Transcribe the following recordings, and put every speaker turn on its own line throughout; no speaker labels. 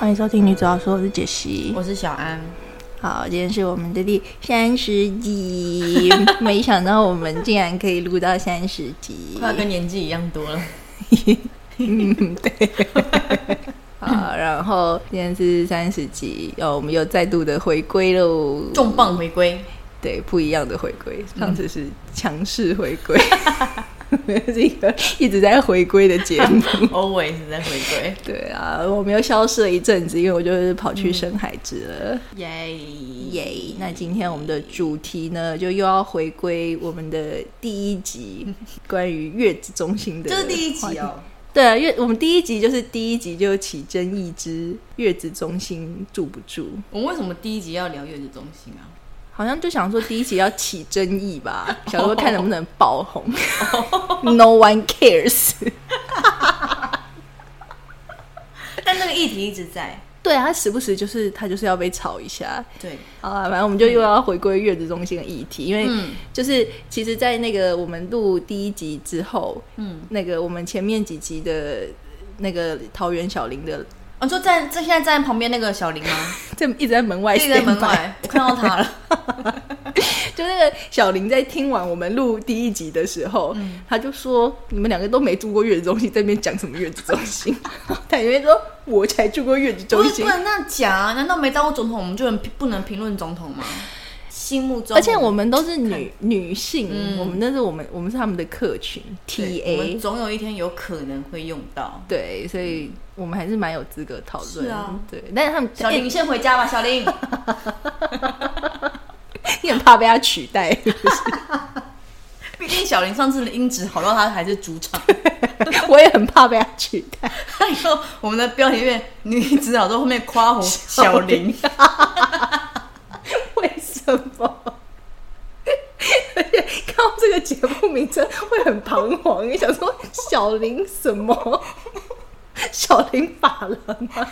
欢迎收听女主要说，我是杰西，
我是小安。
好，今天是我们的第30集，没想到我们竟然可以录到30集，
快跟年纪一样多了。
对。好，然后今天是30集，我们又再度的回归喽，
重磅回归，
对，不一样的回归。上次是强势回归，是一个一直在回归的节目
，always 在回归。
对啊，我们又消失了一阵子，因为我就是跑去生孩子了，
耶
耶！那今天我们的主题呢，就又要回归我们的第1集，关于月子中心的，
这是第1集哦。
对啊，我们第1集就是第1集就起争议之月子中心住不住。
我们为什么第1集要聊月子中心啊？
好像就想说第1集要起争议吧，想说看能不能爆红。No one cares 。
但那个议题一直在。
对啊，他时不时他就是要被吵一下。
对，
好啊，反正我们就又要回归月子中心的议题，因为就是其实，在那个我们录第1集之后，那个我们前面几集的那个桃园小林的，
你说现在站在旁边那个小林吗？
一直在门外，
一直在门外，我看到他了。
就那个小林在听完我们录第1集的时候，他就说：“你们2个都没住过月子中心，在那边讲什么月子中心？”他里面说：“我才住过月子中心。”
不能那样讲啊！难道没当过总统，我们就不能评论总统吗？心目中，
而且我们都是女性，我们那是我们是他们的客群 TA，
我们总有一天有可能会用到。
对，所以我们还是蛮有资格讨论。
是啊，
对，但是他们
小林，你先回家吧，小林。
你很怕被他取代，
毕竟小林上次的音质好到他还是主场。
我也很怕被他取代。
还有我们的标题里面女指导在后面夸红小林。
为什么？而且看到这个节目名称会很彷徨，你想说小林什么？小林发廊吗？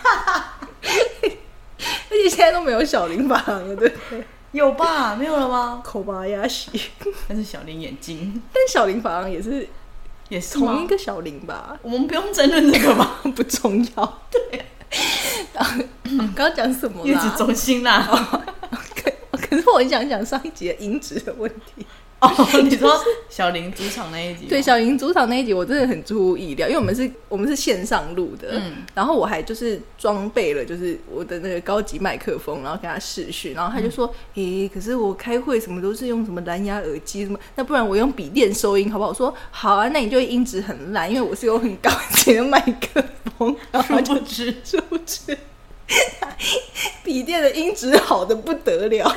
而且现在都没有小林发廊了，对不对？
有吧？没有了吗？
口巴亚西，
但是小林眼睛，
但小林发廊也是同一个小林吧？
我们不用争论这个吧？
不重要。对。刚刚讲什么啦？
月子中心啦。
可是我很想讲上一集的音质的问题。
你说小林主场那一集？
对，小林主场那一集我真的很出乎意料，因为我们是线上录的，然后我还就是装备了就是我的那个高级麦克风，然后跟他视讯，然后他就说可是我开会什么都是用什么蓝牙耳机什么，那不然我用笔电收音好不好？我说好啊，那你就音质很烂，因为我是用很高级的麦克风。然后
殊不知
笔电的音质好的不得了，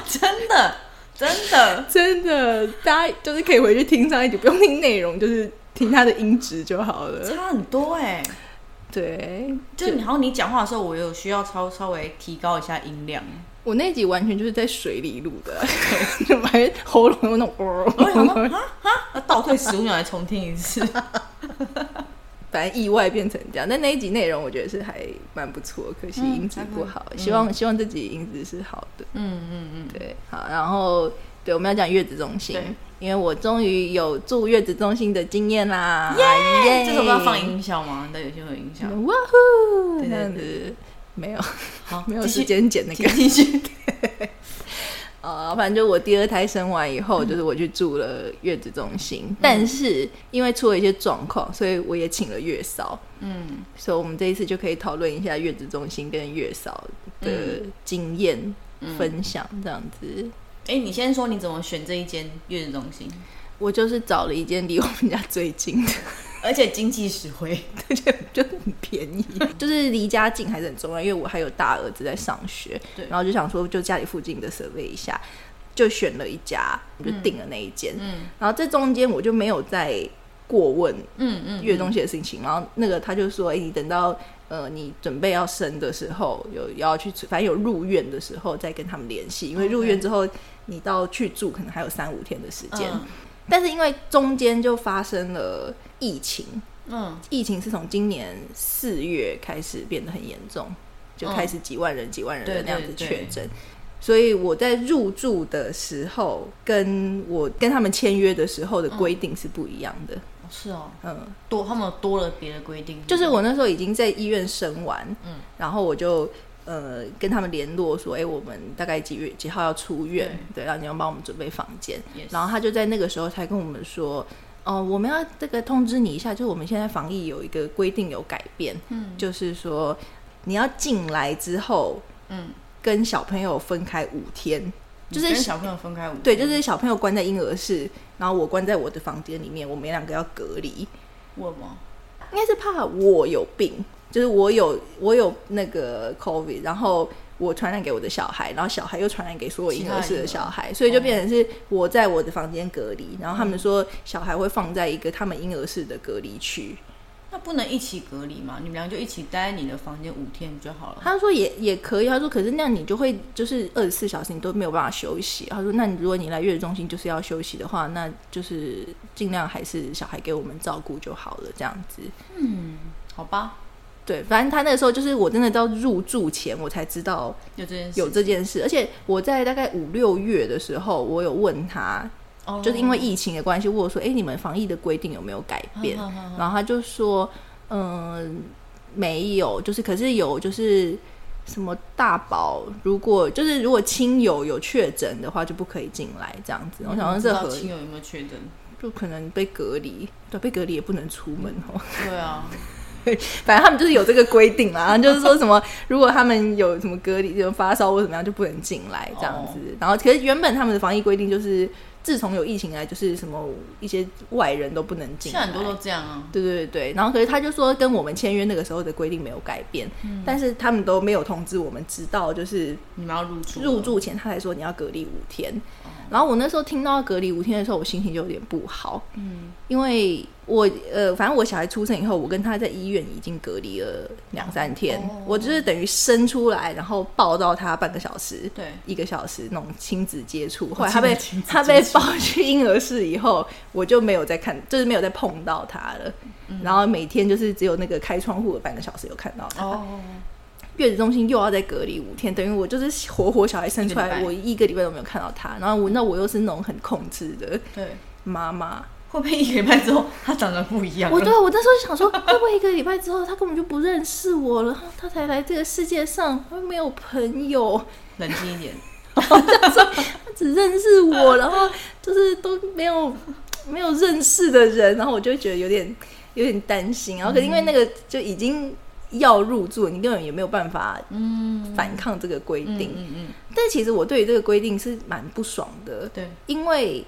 真的，大家就是可以回去听上一集，不用听内容，就是听它的音质就好了。
差很多
对，
就好像你讲话的时候，我有需要稍微提高一下音量。
我那集完全就是在水里录的，就把喉咙有那种
我想说要倒退15秒来重听一次。
反正意外变成这样，但那一集内容我觉得是还蛮不错，可惜音质不好。希望这集音质是好的。对，好，然后对我们要讲月子中心，因为我终于有住月子中心的经验啦！
耶！这时候要放音效吗？对，有些有音效。
哇呼！这样子没有，
好，
没有时间剪那个。
继续。
反正就我第2胎生完以后，就是我去住了月子中心，但是因为出了一些状况，所以我也请了月嫂。所以我们这一次就可以讨论一下月子中心跟月嫂的经验分享，这样子。
你先说你怎么选这一间月子中心？
我就是找了一间离我们家最近的。
而且经济实惠，
而且就很便宜，就是离家近还是很重要，因为我还有大儿子在上学，然后就想说就家里附近的survey一下，就选了一家，就订了那一间，然后这中间我就没有再过问月子中心的事情，然后那个他就说，你等到你准备要生的时候，要去，反正有入院的时候再跟他们联系，因为入院之后你到去住可能还有3-5天的时间。但是因为中间就发生了疫情，疫情是从今年4月开始变得很严重，就开始几万人的那样子确诊，所以我在入住的时候跟我跟他们签约的时候的规定是不一样的。
是哦，他们多了别的规定，
就是我那时候已经在医院生完，然后我就跟他们联络说，我们大概几号要出院，对，然后你要帮我们准备房间，然后他就在那个时候才跟我们说，我们要这个通知你一下，就是我们现在防疫有一个规定有改变，就是说你要进来之后，跟小朋友分开5天。就是
跟小朋友分开5天，
对，就是小朋友关在婴儿室，然后我关在我的房间里面，我们2个要隔离。
为什么？
应该是怕我有病，就是我有那个 COVID， 然后我传染给我的小孩，然后小孩又传染给所有婴儿室的小孩，所以就变成是我在我的房间隔离，然后他们说小孩会放在一个他们婴儿室的隔离区。
那不能一起隔离吗？你们俩就一起待在你的房间5天就好了。
他说也可以，他说可是那样你就会就是24小时你都没有办法休息。他说那如果你来月子中心就是要休息的话，那就是尽量还是小孩给我们照顾就好了，这样子。
好吧。
对，反正他那个时候就是我真的到入住前我才知道有这件事，而且我在大概5、6月的时候，我有问他。就是因为疫情的关系，我说你们防疫的规定有没有改变？然后他就说没有，就是可是有就是什么大宝如果亲友有确诊的话就不可以进来这样子。我想说这和
亲友有没有确诊，
就可能被隔离，对，被隔离也不能出门
对啊。
反正他们就是有这个规定啦，就是说什么如果他们有什么隔离，有发烧或怎么样就不能进来这样子。然后可是原本他们的防疫规定就是自从有疫情来，就是什么一些外人都不能进来，
现在很多都这样啊。
对对对，然后可是他就说跟我们签约那个时候的规定没有改变，但是他们都没有通知我们，直到就是
你们要
入住前他才说你要隔离5天。然后我那时候听到隔离5天的时候，我心情就有点不好，因为我反正我小孩出生以后，我跟他在医院已经隔离了2、3天，我就是等于生出来，然后抱到他半个小时，
对
，1个小时那种亲子接触。后来他被抱去婴儿室以后，我就没有再看，就是没有再碰到他了。然后每天就是只有那个开窗户的半个小时有看到他。月子中心又要再隔离5天，等于我就是活小孩生出来，我1个礼拜都没有看到他。然后我又是那种很控制的妈妈，
会不会1个礼拜之后他长得不一样？
我那时候想说，会不会1个礼拜之后他根本就不认识我了，他才来这个世界上，他没有朋友。
冷静一点，
他只认识我，然后就是都没有认识的人，然后我就觉得有点担心。然后可是因为那个就已经要入住，你根本也没有办法反抗这个规定。但其实我对于这个规定是蛮不爽的，
对，
因为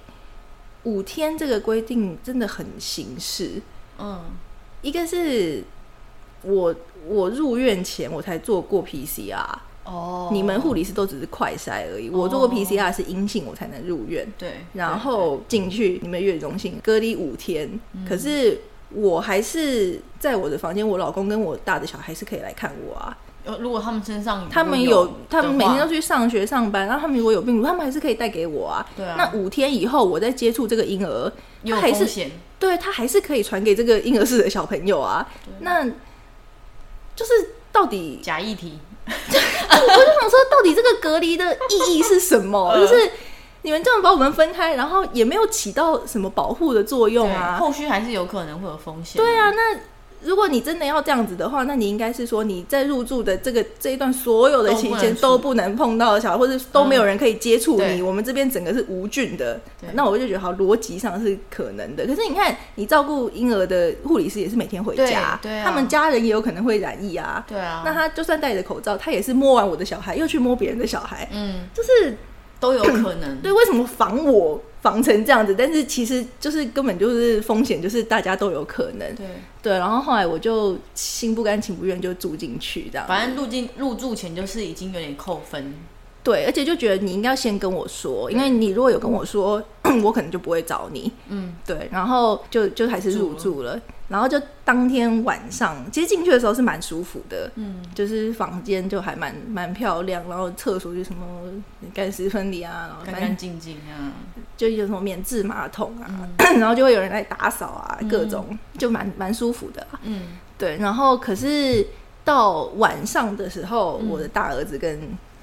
5天这个规定真的很形式。一个是我入院前我才做过 PCR，你们护理师都只是快筛而已，我做过 PCR 是阴性我才能入院，
对，
然后进去你们月子中心隔离5天，可是我还是在我的房间，我老公跟我大的小孩是可以来看我啊。
如果他们身上
他们每天都去上学上班，然后他们如果有病毒，他们还是可以带给我啊。
对啊。
那5天以后我再接触这个婴儿，
有风险，
对，他还是可以传给这个婴儿室的小朋友啊。那就是到底
假议题，
我就想说，到底这个隔离的意义是什么？就是你们这样把我们分开，然后也没有起到什么保护的作用啊。
后续还是有可能会有风险。
对啊，那如果你真的要这样子的话，那你应该是说你在入住的这一段所有的期间都不能碰到小孩，或者都没有人可以接触你。我们这边整个是无菌的，那我就觉得好，逻辑上是可能的。可是你看，你照顾婴儿的护理师也是每天回家，
对啊，
他们家人也有可能会染疫啊。
对啊，
那他就算戴着口罩，他也是摸完我的小孩又去摸别人的小孩，就是
都有可能。
对，为什么防成这样子？但是其实就是根本就是风险，就是大家都有可能。对，然后后来我就心不甘情不愿就住进去这样。
反正入住前就是已经有点扣分。
对，而且就觉得你应该要先跟我说，因为你如果有跟我说，我可能就不会找你。对，然后就还是入住了。然后就当天晚上，其实进去的时候是蛮舒服的，就是房间就还蛮漂亮，然后厕所就什么干湿分离啊，然后
干干净净啊，
就有什么免治马桶啊，然后就会有人来打扫啊，各种就蛮舒服的啊。对，然后可是到晚上的时候，我的大儿子跟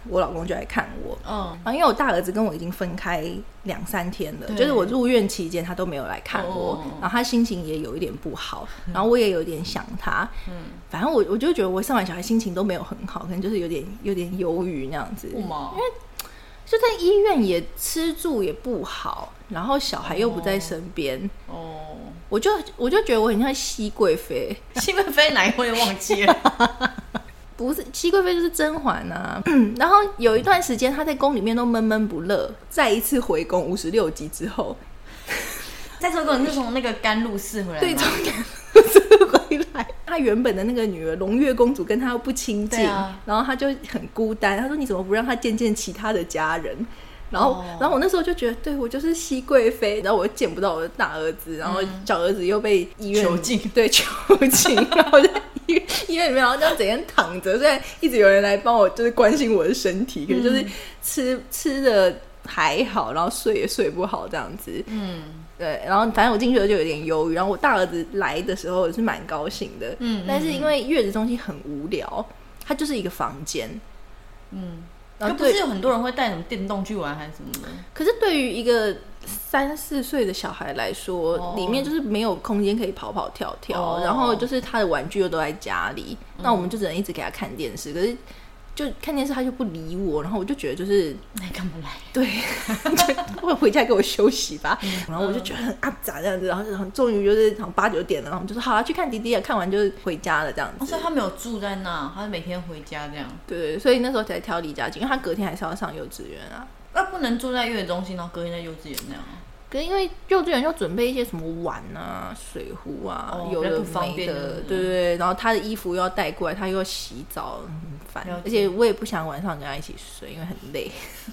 我老公就来看我。然后因为我大儿子跟我已经分开2-3天了，就是我入院期间他都没有来看我，然后他心情也有一点不好，然后我也有点想他。反正我就觉得我生完小孩心情都没有很好，可能就是有点忧郁那样子。因为就在医院也吃住也不好，然后小孩又不在身边。我就觉得我很像熹贵妃。
熹贵妃哪一回忘记了？
不是，熹贵妃就是甄嬛啊。然后有一段时间她在宫里面都闷闷不乐，再一次回宫56集之后，
再说过你是从那个甘露寺回来吗？对，
从甘露寺回来。她原本的那个女儿胧月公主跟她又不亲近，然后她就很孤单。她说你怎么不让她见见其他的家人？然后我那时候就觉得，对，我就是熹贵妃，然后我又见不到我的大儿子，然后小儿子又被医院
囚禁，
对，囚禁，然后在医院里面，然后这样整天躺着，虽然一直有人来帮我，就是关心我的身体，可是就是吃的还好，然后睡也睡不好这样子。对，然后反正我进去了就有点忧郁，然后我大儿子来的时候也是蛮高兴的。但是因为月子中心很无聊，它就是一个房间。
可不是有很多人会带什么电动去玩还是什么的？
可是对于一个3-4岁的小孩来说，里面就是没有空间可以跑跑跳跳，然后就是他的玩具又都在家里，那我们就只能一直给他看电视。可是就看电视他就不理我，然后我就觉得就是
那你干嘛来？
对，就回家给我休息吧。然后我就觉得很阿杂这样子，然后终于就是8-9点了，然后我们就说好去看弟弟了，看完就回家了这样子。
所以他没有住在那，他是每天回家这样。
对，所以那时候才挑离家近，因为他隔天还是要上幼稚园啊。
那不能住在月子中心，然后隔天在幼稚园那样啊？
可是因为幼稚园要准备一些什么碗啊、水壶啊，有的没的，对对对。然后他的衣服又要带过来，他又要洗澡，很烦。而且我也不想晚上跟他一起睡，因为很累。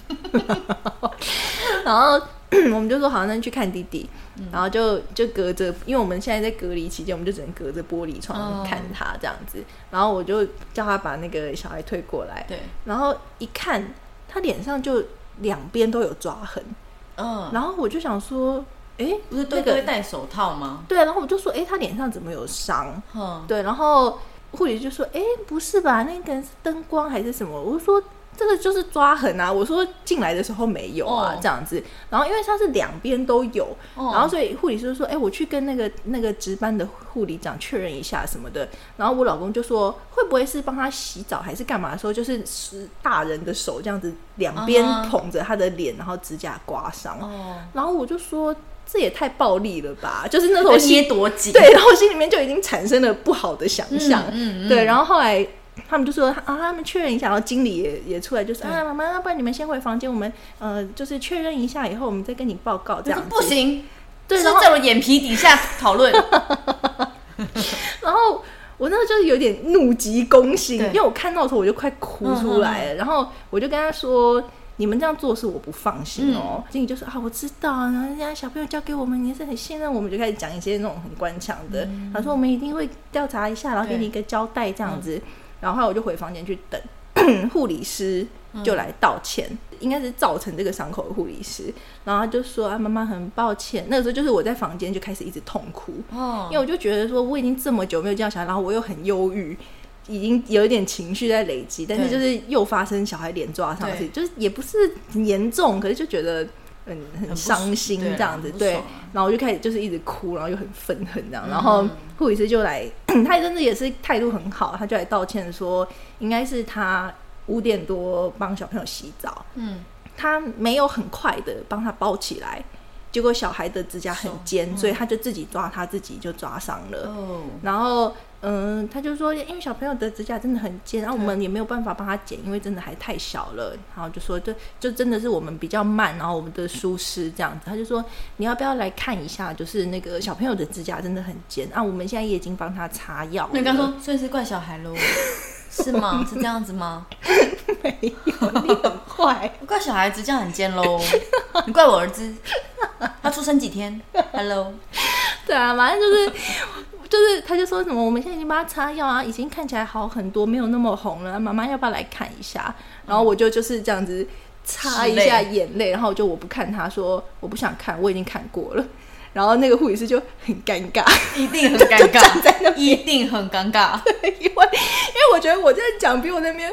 然后我们就说好，那去看弟弟。然后就隔着，因为我们现在在隔离期间，我们就只能隔着玻璃窗看他这样子。然后我就叫他把那个小孩推过来，对。然后一看，他脸上就2边都有抓痕。然后我就想说，
不是都会戴手套吗？
对，然后我就说，他脸上怎么有伤？对，然后护理就说，不是吧，那个是灯光还是什么？我就说这个就是抓痕啊，我说进来的时候没有啊，这样子。然后因为它是2边都有，然后所以护理师就说，我去跟那个值班的护理长确认一下什么的。然后我老公就说，会不会是帮他洗澡还是干嘛的时候，就是大人的手这样子2边捧着他的脸，然后指甲刮伤。然后我就说，这也太暴力了吧！就是那时候
捏多紧，
对，然后心里面就已经产生了不好的想象。对，然后后来他们就说他们确认一下，然后经理也出来就说妈妈，要不然你们先回房间，我们就是确认一下以后，我们再跟你报告这样子。
不行，
对，
是在我眼皮底下讨论。
然后我那时候就是有点怒急攻心，因为我看到的时候我就快哭出来了。然后我就跟他说，你们这样做是我不放心哦。经理就说我知道，然后人家小朋友交给我们，你是很信任我们，就开始讲一些那种很官腔的。他说我们一定会调查一下，然后给你一个交代这样子。然后后来我就回房间去等，护理师就来道歉，应该是造成这个伤口的护理师。然后他就说妈妈很抱歉。那个时候就是我在房间就开始一直痛哭，因为我就觉得说我已经这么久没有见到小孩，然后我又很忧郁，已经有一点情绪在累积，但是就是又发生小孩脸抓上去，就是也不是很严重，可是就觉得很伤心这样子。对，然后我就开始就是一直哭，然后又很愤恨这样。然后护理师就来，他真的也是态度很好，他就来道歉说，应该是他5点多帮小朋友洗澡，他没有很快的帮他包起来，结果小孩的指甲很尖，所以他就自己抓，他自己就抓伤了。然后他就说因为小朋友的指甲真的很尖，然后我们也没有办法帮他剪，因为真的还太小了。然后就说就真的是我们比较慢，然后我们的疏失这样子。他就说你要不要来看一下，就是那个小朋友的指甲真的很尖啊，我们现在也已经帮他擦药了。
你刚说所以是怪小孩咯？是吗？是这样子吗？
没有，你很坏。
我怪小孩指甲很尖咯。你怪我儿子，他出生几天 ？Hello。
对啊，反正就是他就说什么我们现在已经帮他擦药啊，已经看起来好很多，没有那么红了，妈妈要不要来看一下？然后我就是这样子擦一下眼泪，然后我不看他，说我不想看，我已经看过了。然后那个护理师就很尴尬，
一定很尴尬，站在那边一定很尴尬。
对，因为我觉得我在讲比我那边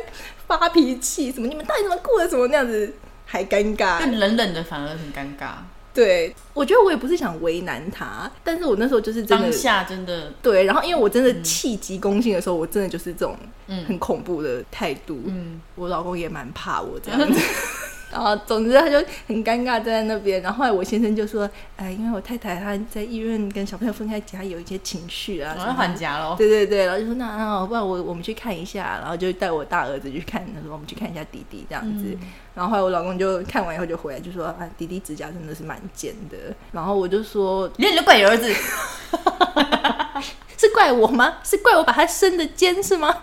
发脾气，什么你们到底怎么过的，什么那样子还尴尬，
就冷冷的反而很尴尬。
对，我觉得我也不是想为难他，但是我那时候就是真的
当下真的
对，然后因为我真的气急攻心的时候，我真的就是这种很恐怖的态度。我老公也蛮怕我这样子。然后总之他就很尴尬站在那边，然后后来我先生就说因为我太太她在医院跟小朋友分开家，有一些情绪啊，
我要还家咯。
对对对，然后就说那不然我们去看一下，然后就带我大儿子去看，他说我们去看一下弟弟这样子。然后后来我老公就看完以后就回来就说弟弟指甲真的是蛮尖的，然后我就说
你就怪你儿子。
是怪我吗？是怪我把他生的尖是吗？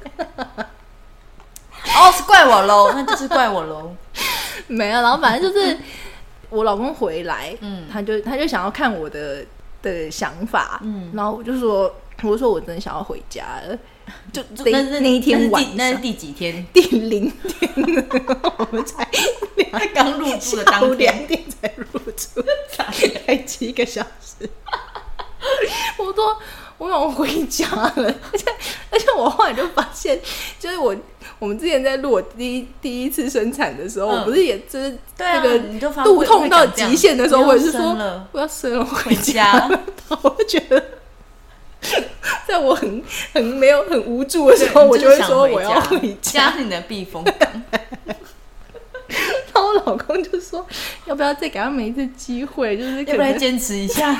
是怪我咯，那就是怪我咯。
没有，然后反正就是我老公回来，他就想要看我的想法，然后我就说我真的想要回家了，就那一天晚上，
那是第几天？
第0天，我们才
刚入住的当天
2点才入住，才7个小时。我说我想回家了，而且我后来就发现，就是我们之前在录我第一次生产的时候，我不是也就是那个肚痛到极限的时候，我也是说我要生了回家。我就觉得，在我很无助的时候，我就会说我要回家，
家是你的避风港。
然后我老公就说，要不要再给他们一次机会，就是
要不要坚持一下？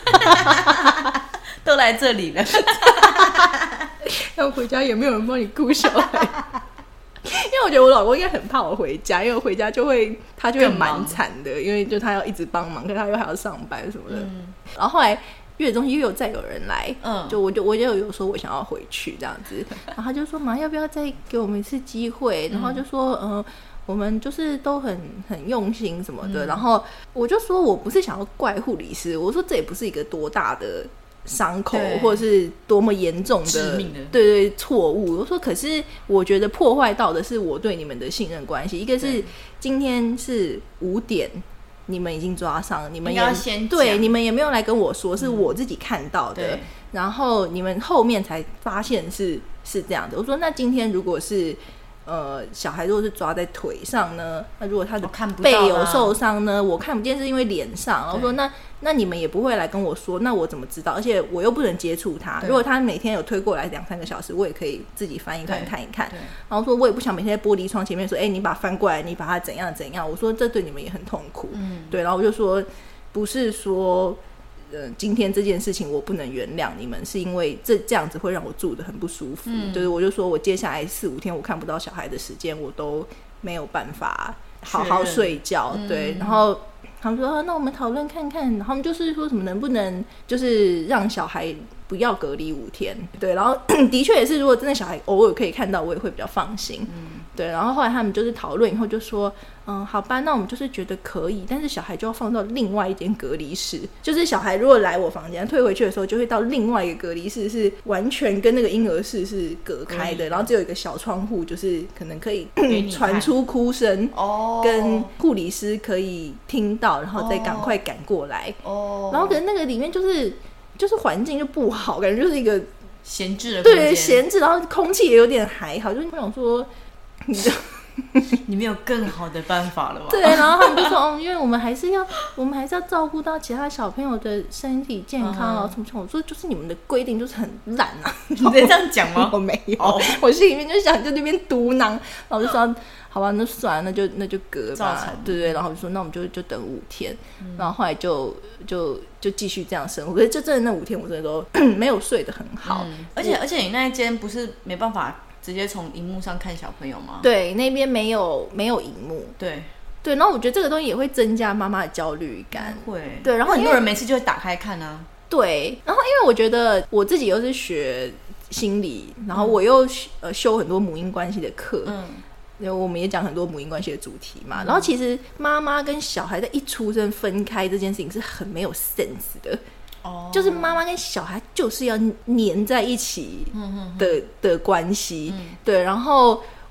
都来这里了，
要回家也没有人帮你顾小孩。因为我觉得我老公应该很怕我回家，因为我回家他就会蛮惨的，因为就他要一直帮忙，可是他又还要上班什么的。然后后来月子中心又有再有人来，我就有说我想要回去这样子，然后他就说妈要不要再给我们一次机会，然后就说我们就是都很用心什么的，然后我就说我不是想要怪护理师，我说这也不是一个多大的伤口或者是多么严重的
致命的
对错误。我说可是我觉得破坏到的是我对你们的信任关系，一个是今天是5点你们已经抓伤了，你们也
先
对你们也没有来跟我说，是我自己看到的，然后你们后面才发现是这样的。我说那今天如果是小孩如果是抓在腿上呢，那如果他的背有受伤呢，我看不见是因为脸上，然后说那你们也不会来跟我说，那我怎么知道？而且我又不能接触他，如果他每天有推过来2-3个小时，我也可以自己翻一翻看一看，然后说我也不想每天在玻璃窗前面说你把它翻过来，你把它怎样怎样，我说这对你们也很痛苦，对，然后我就说不是说今天这件事情我不能原谅你们，是因为这样子会让我住得很不舒服，就是我就说我接下来4-5天我看不到小孩的时间，我都没有办法好好睡觉，对，然后他们说那我们讨论看看，他们就是说什么能不能就是让小孩不要隔离5天，对，然后的确也是，如果真的小孩偶尔可以看到，我也会比较放心，对，然后后来他们就是讨论以后就说好吧，那我们就是觉得可以，但是小孩就要放到另外一间隔离室，就是小孩如果来我房间退回去的时候，就会到另外一个隔离室，是完全跟那个婴儿室是隔开的，然后只有一个小窗户，就是可能可以传出哭声，跟护理师可以听到，然后再赶快赶过来，然后可能那个里面就是环境就不好，感觉就是一个
闲置的空间，
对，闲置，然后空气也有点还好，就是我想说
你没有更好的办法了吗？
对，然后他们就说因为我们还是要照顾到其他小朋友的身体健康啊，什么什么。我说就是你们的规定就是很烂啊，
你在这样讲吗？
我没有，我心里面就想在那边嘟囔，然后我就说好吧，那算了，那就隔吧，对对。然后我就说那我们就等5天，然后后来就继续这样生活。可是就真的那5天，我真的都没有睡得很好，
而且你那一间不是没办法直接从荧幕上看小朋友吗？
对，那边没有荧幕，
对，
然后我觉得这个东西也会增加妈妈的焦虑感，
会，
对，然后
很多人每次就会打开看啊，
对，然后因为我觉得我自己又是学心理，然后我又修很多母婴关系的课，因为我们也讲很多母婴关系的主题嘛，然后其实妈妈跟小孩在一出生分开这件事情是很没有 sense 的，就是妈妈跟小孩就是要黏在一起的关系，对，然后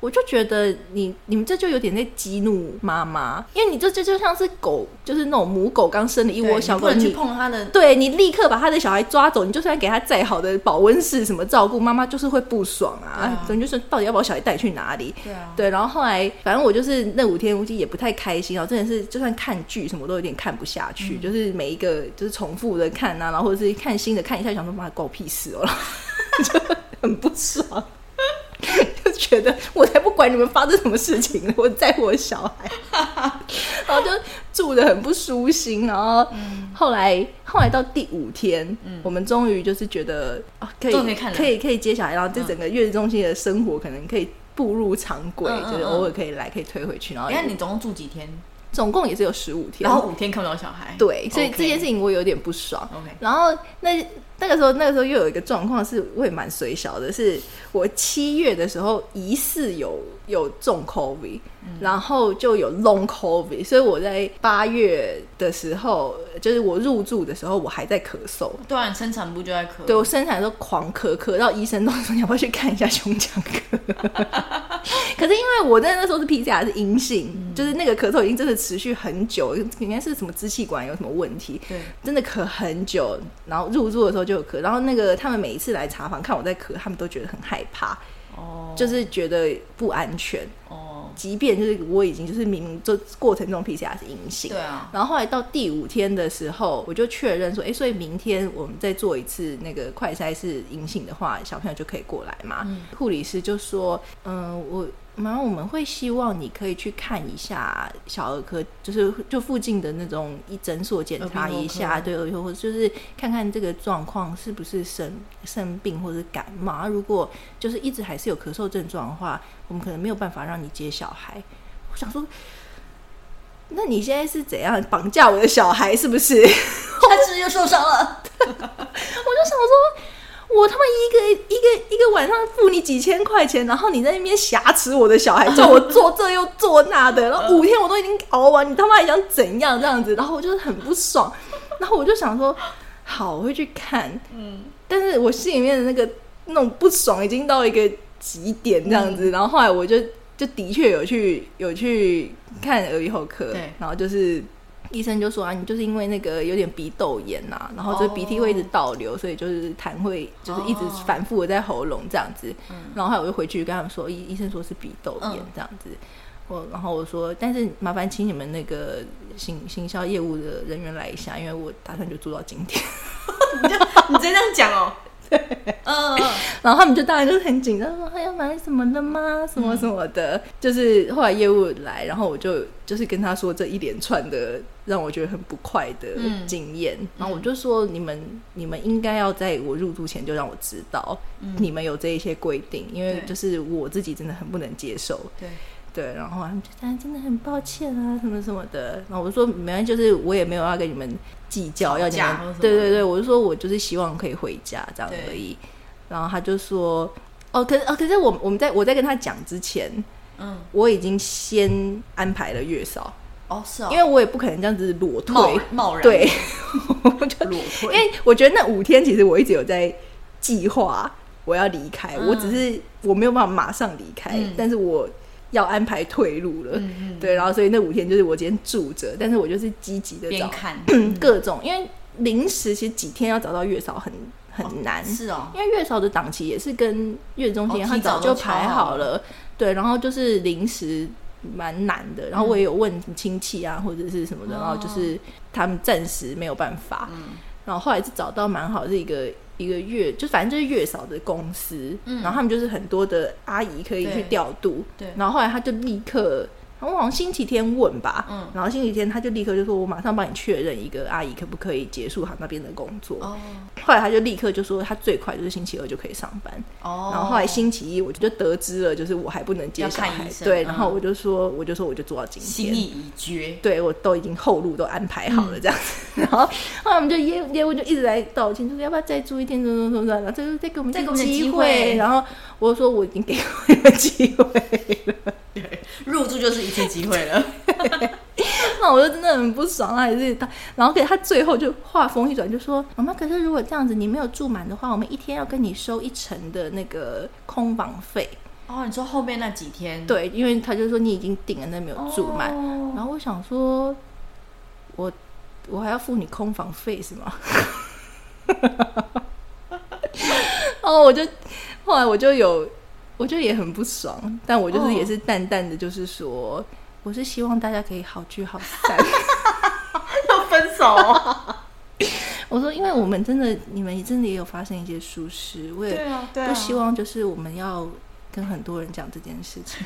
我就觉得你们这就有点在激怒妈妈，因为你这就像是狗，就是那种母狗刚生了一窝小狗，
你不能去碰它的，
对，你立刻把他的小孩抓走，你就算给他再好的保温室什么照顾，妈妈就是会不爽啊。等于就是到底要把我小孩带去哪里？对啊，对。然后后来反正我就是那5天估计也不太开心啊，真的是就算看剧什么都有点看不下去，就是每一个就是重复的看啊，然后或者是看新的看一下，想说妈关我屁事哦，就很不爽。就觉得我才不管你们发生什么事情了，我在乎我小孩，然后就住得很不舒心。然后后来到第5天，我们终于就是觉得可以接小孩，然后这整个月子中心的生活可能可以步入常轨，就是偶尔可以退回去。然后
你总共住几天？
总共也是有15天，
然后5天看不到小孩。
对，所以这件事情我有点不爽。然后那个时候又有一个状况是我也蛮衰小的，是我7月的时候疑似有中 COVID，然后就有 long COVID， 所以我在8月的时候，就是我入住的时候，我还在咳嗽。
对啊，你生产部就在咳。
对，我生产的时候狂咳到医生都说你要不要去看一下胸腔科。可是因为我那时候是 PCR 是阴性，就是那个咳嗽已经真的持续很久，应该是什么支气管有什么问题，对，真的咳很久。然后入住的时候就有咳，然后那个他们每一次来查房看我在咳，他们都觉得很害怕。就是觉得不安全即便就是我已经就是明明就过程中 PCR 是阴性，对啊，然后后来到第5天的时候，我就确认说，所以明天我们再做一次那个快筛是阴性的话，小朋友就可以过来嘛。护理师就说，我们会希望你可以去看一下小儿科，就附近的那种诊所检查一下，对，或者就是看看这个状况是不是生病或者是感冒。如果就是一直还是有咳嗽症状的话，我们可能没有办法让你接小孩。我想说，那你现在是怎样绑架我的小孩？是不是？
他是不是又受伤了？
我就想说。我他妈一个晚上付你几千块钱，然后你在那边挟持我的小孩，叫我做这又做那的，然后5天我都已经熬完，你他妈还想怎样这样子？然后我就是很不爽，然后我就想说，好，我会去看，但是我心里面的那种不爽已经到一个极点这样子，然后后来我就的确有去看儿童科，然后就是医生就说你就是因为那个有点鼻窦炎啊，然后就是鼻涕会一直倒流，所以就是痰会就是一直反复的在喉咙这样子。然后后来我就回去跟他们说，医生说是鼻窦炎这样子。然后我说，但是麻烦请你们那个行销业务的人员来一下，因为我打算就住到今天。
你真这样讲哦？
然后他们就当然就是很紧张，说还要买什么的吗？什么什么的。就是后来业务来，然后我就是跟他说这一连串的让我觉得很不快的经验，然后我就说你们应该要在我入住前就让我知道，你们有这一些规定，因为就是我自己真的很不能接受。对，然后他们就真的很抱歉啊，什么什么的。然后我说没关系，就是我也没有要跟你们计较，要你们对，我就说我就是希望可以回家这样而已。然后他就说可是我在跟他讲之前，我已经先安排了月嫂。
是哦，
因为我也不可能这样子裸退，
贸然
对，
我就裸退，
因为我觉得那5天其实我一直有在计划我要离开，我只是我没有办法马上离开，但是我要安排退路了，对，然后所以那5天就是我今天住着，但是我就是积极的找
看
各种，因为临时其实几天要找到月嫂很难，
是哦，
因为月嫂的档期也是跟月子中心他早就排好了，对，然后就是临时蛮难的，然后我也有问亲戚啊或者是什么的，然后就是他们暂时没有办法，然后后来是找到蛮好的一个月，就反正就是月嫂的公司，然后他们就是很多的阿姨可以去调度，对，然后后来他就立刻。我好像星期天问吧，然后星期天他就立刻就说我马上帮你确认一个阿姨可不可以结束他那边的工作，后来他就立刻就说他最快就是星期2就可以上班，然后后来星期1我就得知了就是我还不能接小孩，对，然后我就说我就做到今天，
心意已决，
对，我都已经后路都安排好了这样子，然后后来我们就业务就一直在道歉，就是要不要再住一天，然后再给我们机会，然后我就说我已经给你们机会了。
入住就是一次机会了。
那我就真的很不爽，然后给他最后就话锋一转就说，妈妈，可是如果这样子你没有住满的话，我们1天要跟你收1成的那个空房费。
哦，你说后面那几天？
对，因为他就说你已经订了，那没有住满。然后我想说，我还要付你空房费是吗？后来我就也很不爽，但我就是也是淡淡的，就是说，我是希望大家可以好聚好散。
要分手
我说，因为我们你们真的也有发生一些疏失，我也不希望就是我们要跟很多人讲这件事情。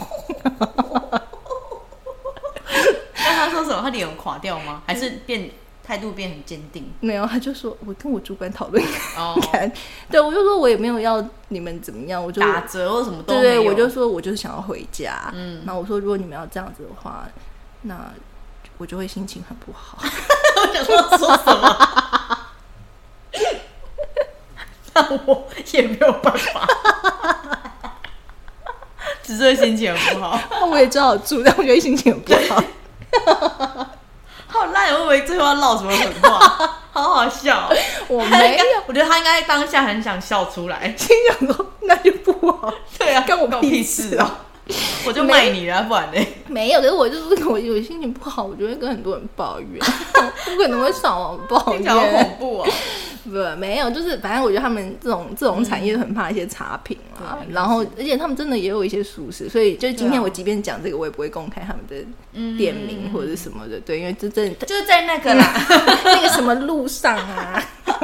那他说什么？他脸有垮掉吗？还是态度变很坚定？
没有，他就说我跟我主管讨论看。对，我就说我也没有要你们怎么样，我就
打折或什么都没有。
对，我就说我就是想要回家。然后我说如果你们要这样子的话，那我就会心情很不好。
我想说什么？那我也没有办法，只是心情很不好。
我也只好住，但我觉得心情很不好。
好烂！我以为最后要唠什么狠话，好好笑。
我没有，
我觉得他应该当下很想笑出来，
心想说那就不好。
对啊，
干我屁事哦！
我就卖你了，不然呢？
没有，可是我就是我有心情不好，我就会跟很多人抱怨，我可能会上网抱怨，
好恐怖哦！
不，没有，就是反正我觉得他们这种产业很怕一些差评啊，然后而且他们真的也有一些疏失，所以就今天我即便讲这个，我也不会公开他们的店名或者什么的，对，因为这真的
就是在那个啦，
那个什么路上啊。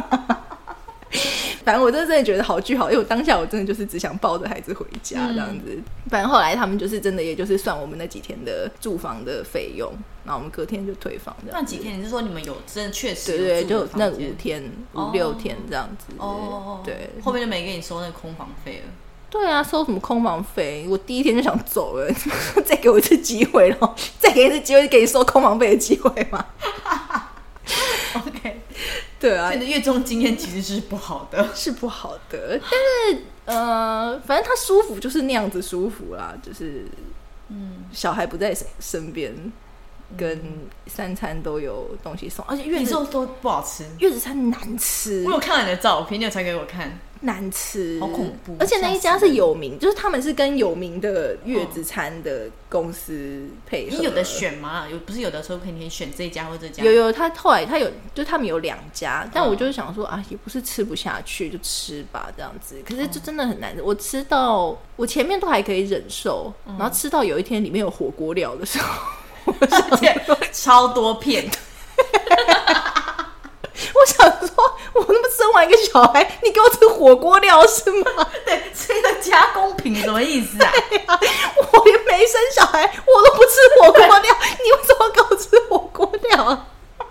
反正我真的觉得好聚好，因为我当下我真的就是只想抱着孩子回家这样子。反正后来他们就是真的，也就是算我们那几天的住房的费用，然后我们隔天就退房这样。
那几天你是说你们有真的确实
对，就那5天5、6天这样子。对，
后面就没跟你收那个空房费了。
对啊，收什么空房费？我第一天就想走了，再给我一次机会，然后再给一次机会给你收空房费的机会吗
？OK。
对啊，
你的月中经验其实是不好的，
是不好的，但是反正他舒服就是那样子舒服啦，就是小孩不在身边，跟3餐都有东西送，而且月子
都不好吃，
月子餐难吃。
我有看到你的照片，你有传给我看，
难吃，
好恐怖。
而且那一家是有名，就是他们是跟有名的月子餐的公司配合。
你有的选吗？不是有的时候可以选这一家或这家？
有，他后来他有，就他们有2家，但我就是想说啊，也不是吃不下去，就吃吧这样子。可是就真的很难吃，我吃到我前面都还可以忍受，然后吃到有一天里面有火锅料的时候，
而且超多片。
我想说，我那么生完一个小孩，你给我吃火锅料是吗？
对，吃一个加工品什么意思啊？
我连没生小孩，我都不吃火锅料，你为什么给我吃火锅料啊？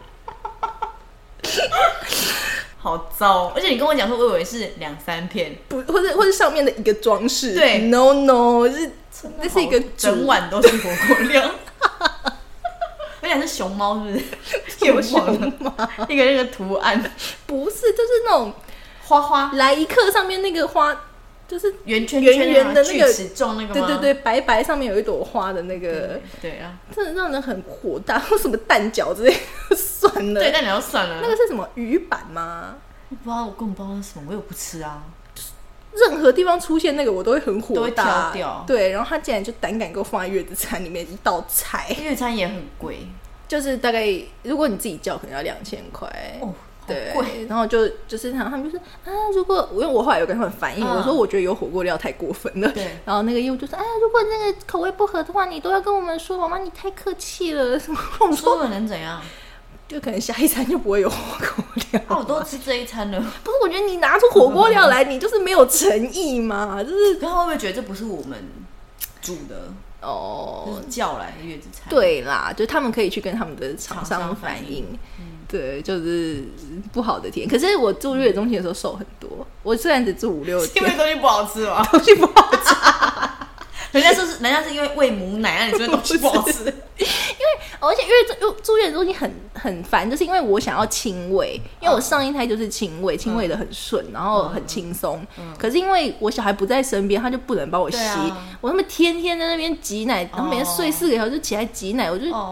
好糟！而且你跟我讲说，我以为是2-3片，
不，或者上面的一个装饰。
对
，no， 那是一个
整碗都是火锅料。而且是熊猫，是不是？
有熊猫，
一个那个图案，
不是，就是那种
花
来一克上面那个花，就是
圆圈
圆的那个
锯齿状那个吗？
对，白上面有一朵花的那个，
对啊，
真的让人很火大。为什么蛋饺之类的算了？
对，蛋饺就算了。
那个是什么鱼板吗？
我不知道，我根本不知道是什么，我又不吃啊。
任何地方出现那个我都会很火大，
都会挑掉。
对，然后他竟然就胆敢给我放在月子餐里面一道菜，
月子餐也很贵，
就是大概如果你自己叫可能要2000块
哦，
对，
好贵。
然后就是他们就是啊，如果因为我后来有跟他们反映，我说我觉得有火锅料太过分了，
对，
然后那个业务就说如果那个口味不合的话，你都要跟我们说，妈妈你太客气了什么。我
说了能怎样？
就可能下一餐就不会有火锅料。
我都吃这一餐了。
不是，我觉得你拿出火锅料来，你就是没有诚意嘛。就是，
他会不会觉得这不是我们煮的？就是叫来的月子餐。
对啦，就他们可以去跟他们的厂商反映。对，就是不好的体验。可是我住月子中心的时候瘦很多。我虽然只住5-6天，
因为东西不好吃嘛，
东西不好吃。
人家是因为喂母奶，那你说东西不好吃。
而且住月子中心很烦，就是因为我想要亲喂，因为我上一胎就是亲喂的很顺，然后很轻松。可是因为我小孩不在身边，他就不能帮我吸。我他妈天天在那边挤奶，然后每天睡4个小时就起来挤奶，我就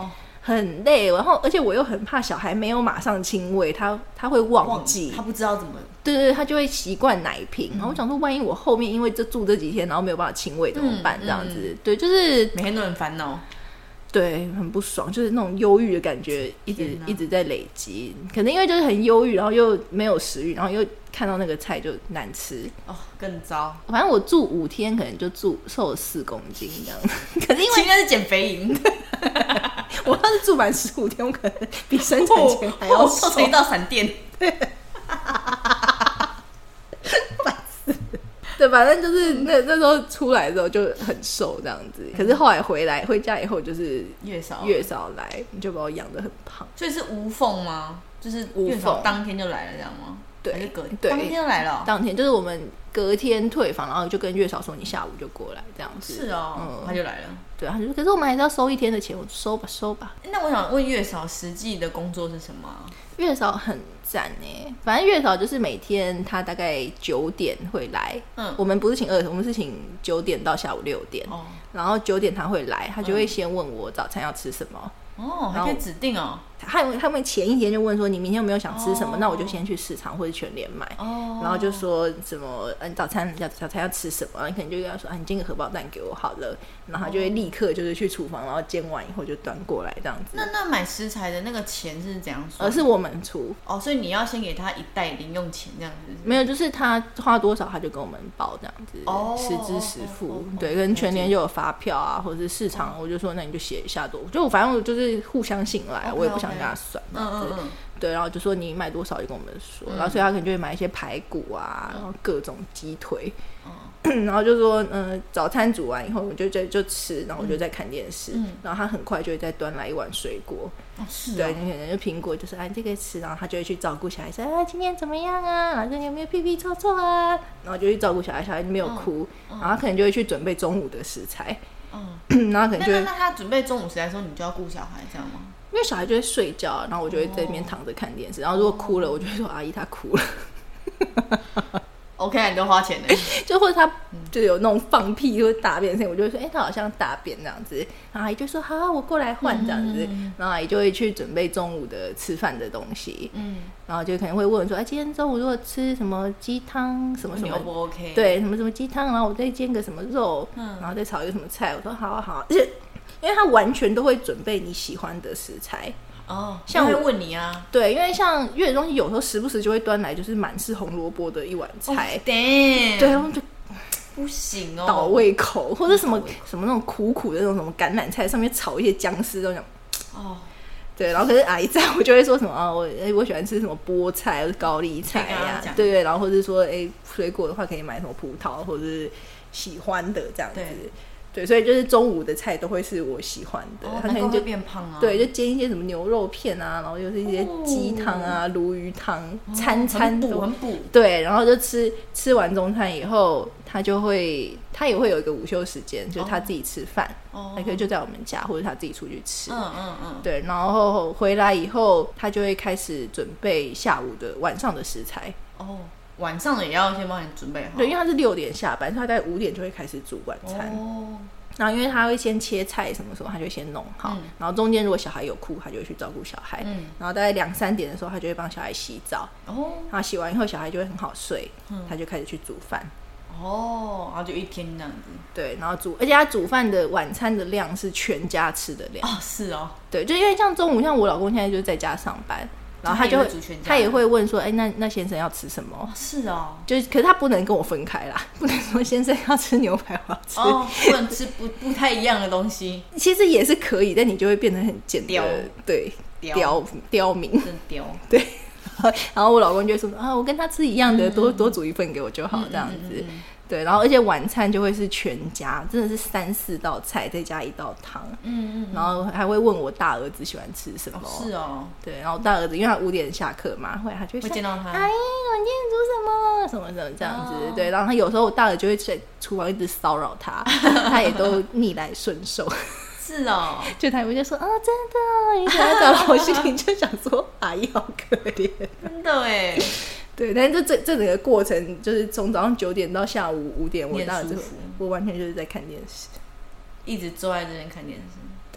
很累，然后而且我又很怕小孩没有马上亲喂，他会忘记，
他不知道怎么，
对对，他就会习惯奶瓶。然后我想说，万一我后面因为住这几天，然后没有办法亲喂怎么办？这样子，对，就是
每天都很烦恼。
对，很不爽，就是那种忧郁的感觉，一直在累积。可能因为就是很忧郁，然后又没有食欲，然后又看到那个菜就难吃，
更糟。
反正我住5天，可能就瘦了4公斤这样。可是因为
应该是减肥营，
我要是住满15天，我可能比生产前还要瘦，
瘦成一道闪电。
对，反正就是那时候出来的时候就很瘦这样子，可是后来回家以后就是越少来，你就把我养得很胖。
所以是无缝吗？就是月嫂当天就来了这样吗？
对，
还是当天就来了。
当天就是我们隔天退房，然后就跟月嫂说你下午就过来这样子。
是哦，他就来了。
对，他就说可是我们还是要收1天的钱，我说收吧。
那我想问月嫂实际的工作是什么？
月嫂很赞耶，反正月嫂就是每天他大概9点会来，我们不是请20，我们是请9点到下午6点，然后9点他会来，他就会先问我早餐要吃什么。
还可以指定哦。
他们前一天就问说你明天有没有想吃什么，那我就先去市场或者全联买，然后就说什么早餐要吃什么，你可能就跟他说你煎个荷包蛋给我好了，然后他就会立刻就是去厨房，然后煎完以后就端过来这样子。
那买食材的那个钱是怎样算？
是我们出
所以你要先给他1袋零用钱这样子？
没有，就是他花多少他就跟我们包这样子，实支实付。对，跟全联就有发票啊，或者是市场，我就说那你就写一下就反正我就是互相信赖，我也不想跟他算。对，然后就说你买多少就跟我们说，然后所以他可能就会买一些排骨啊，然后各种鸡腿，然后就说早餐煮完以后我就吃，然后我就在看电视，然后他很快就会再端来1碗水果。对，你可能就苹果就是这个吃，然后他就会去照顾小孩说今天怎么样啊，然后说你有没有屁屁臭臭啊，然后就去照顾小孩，小孩没有哭，然后他可能就会去准备中午的食材。然后可能就
那他准备中午食材的时候，你就要顾小孩这样吗？
因为小孩就会睡觉，然后我就会在那边躺着看电视，然后如果哭了，我就会说阿姨她哭了。
OK， 你都花钱呢，
就或者他就有那种放屁或者大便的声音，我就会说他好像大便这样子，然后阿姨就说好，我过来换这样子，然后阿姨就会去准备中午的吃饭的东西，然后就可能会问说今天中午如果吃什么鸡汤什么什么
不 OK，
对，什么什么鸡汤，然后我再煎个什么肉，然后再炒一个什么菜，我说好啊好啊，而且因为他完全都会准备你喜欢的食材。
像会问你啊，
对，因为像月子中心有时候时不时就会端来就是满是红萝卜的一碗菜，
对，
然后就
不行哦，
倒胃口，或者什么那种苦苦的那种什么橄榄菜上面炒一些姜丝那种，对，然后可是阿姨在我就会说什么我喜欢吃什么菠菜或者高丽菜呀，对，然后或者说水果的话可以买什么葡萄或者是喜欢的这样子。对，所以就是中午的菜都会是我喜欢的，他可能就
变胖啊。
对，就煎一些什么牛肉片啊，然后又是一些鸡汤啊、鲈鱼汤，餐都
很补。
对，然后就吃完中餐以后，他也会有一个午休时间，就是他自己吃饭，可以就在我们家，或者他自己出去吃。对，然后回来以后，他就会开始准备晚上的食材。
晚上的也要先帮你准备好。
对，因为他是6点下班，所以他大概5点就会开始煮晚餐。然后因为他会先切菜什么时候，他就会先弄好。然后中间如果小孩有哭，他就会去照顾小孩。然后大概2、3点的时候，他就会帮小孩洗澡。然后洗完以后，小孩就会很好睡，他就开始去煮饭。
然后就一天这样子。对，
然后而且他煮饭的晚餐的量是全家吃的量。
是哦。
对，就因为像中午，像我老公现在就是在家上班。然后他也会问说那先生要吃什么？
是哦，
可是他不能跟我分开啦，不能说先生要吃牛排我要吃，
不能吃不太一样的东西。
其实也是可以，但你就会变得很简单，对，刁民，
真刁，
对。然后我老公就说我跟他吃一样的，多煮一份给我就好，这样子。对，然后而且晚餐就会是全家，真的是3、4道菜再加1道汤，然后还会问我大儿子喜欢吃什么。
是哦，
对，然后大儿子因为他5点下课嘛，他就会
见到他，
阿姨，我今天煮什么这样子。对，然后他有时候我大儿就会在厨房一直骚扰他，他也都逆来顺受。
是哦，
就他会就说真的，你想要找老师，你就想说阿姨好可怜，
真的哎。
对，但是这整个过程就是从早上9点到下午5点，我完全就是在看电视，
一直坐在这边看电视。
对，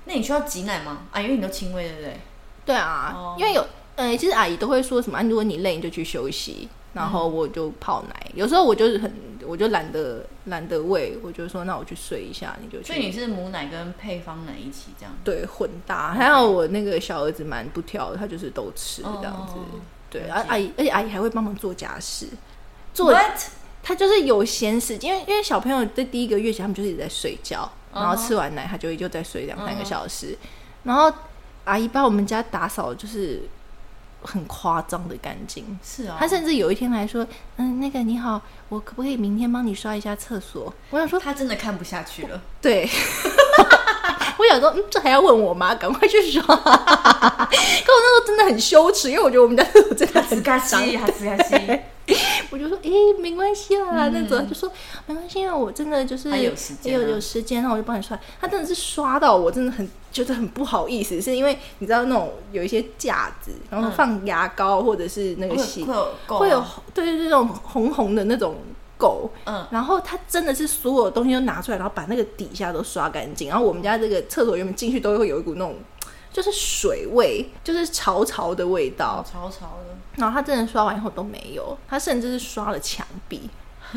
那你需要挤奶吗？因为你都亲喂，对不对？
对啊，因为有其实阿姨都会说什么，如果你累你就去休息，然后我就泡奶。有时候我就懒得喂，我就说那我去睡一下，你就去。
所以你是母奶跟配方奶一起这样？
对，混搭。还有我那个小儿子蛮不挑的，他就是都吃这样子。对，阿姨，而且阿姨还会帮忙做家事。他就是有闲时间，因为小朋友在第1个月期他们就是一直在睡觉，然后吃完奶他就再睡2-3个小时，然后阿姨把我们家打扫就是很夸张的干净。
是啊，
他甚至有一天来说，那个你好，我可不可以明天帮你刷一下厕所？我想说
他真的看不下去了。
对。我想说，这还要问我吗？赶快去刷！可我那时候真的很羞耻，因为我觉得我们家厕所真的很脏。我就说，没关系啦，那种他就说没关系，因为我真的就是
有
时间，那我就帮你刷。他真的是刷到我真的很觉得很不好意思，是因为你知道那种有一些架子，然后放牙膏或者是那个会有对那种红红的那种垢，然后他真的是所有东西都拿出来，然后把那个底下都刷干净。然后我们家这个厕所原本进去都会有一股那种就是水味，就是潮潮的味道，
潮潮的。
然后他真的刷完以后都没有，他甚至是刷了墙壁，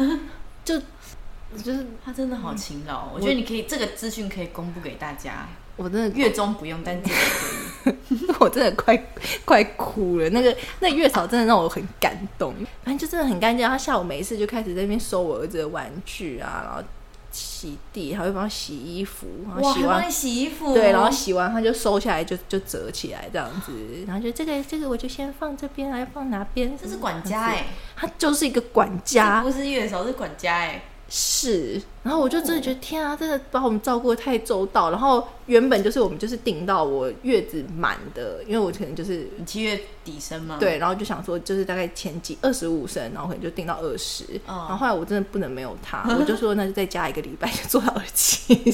就是
他真的好勤劳。我觉得你可以这个资讯可以公布给大家。
我真的
月中不用，但这个可以。
我真的快哭了。那月嫂真的让我很感动。反正就真的很干净。他下午没事就开始在那边收我儿子的玩具啊，然后洗地，还会帮他洗衣服，然后洗完
还帮你洗衣服，
对，然后洗完他就收下来就折起来这样子，然后就这个我就先放这边，还要放哪边？
这是管家
他就是一个管家，
这不是月嫂，是管家
是，然后我就真的觉得天啊，真的把我们照顾得太周到。然后原本就是我们就是定到我月子满的，因为我可能就是
你7月底生嘛，
对，然后就想说就是大概前几25生，然后可能就定到20，然后后来我真的不能没有他，我就说那就再加1个礼拜就做到27。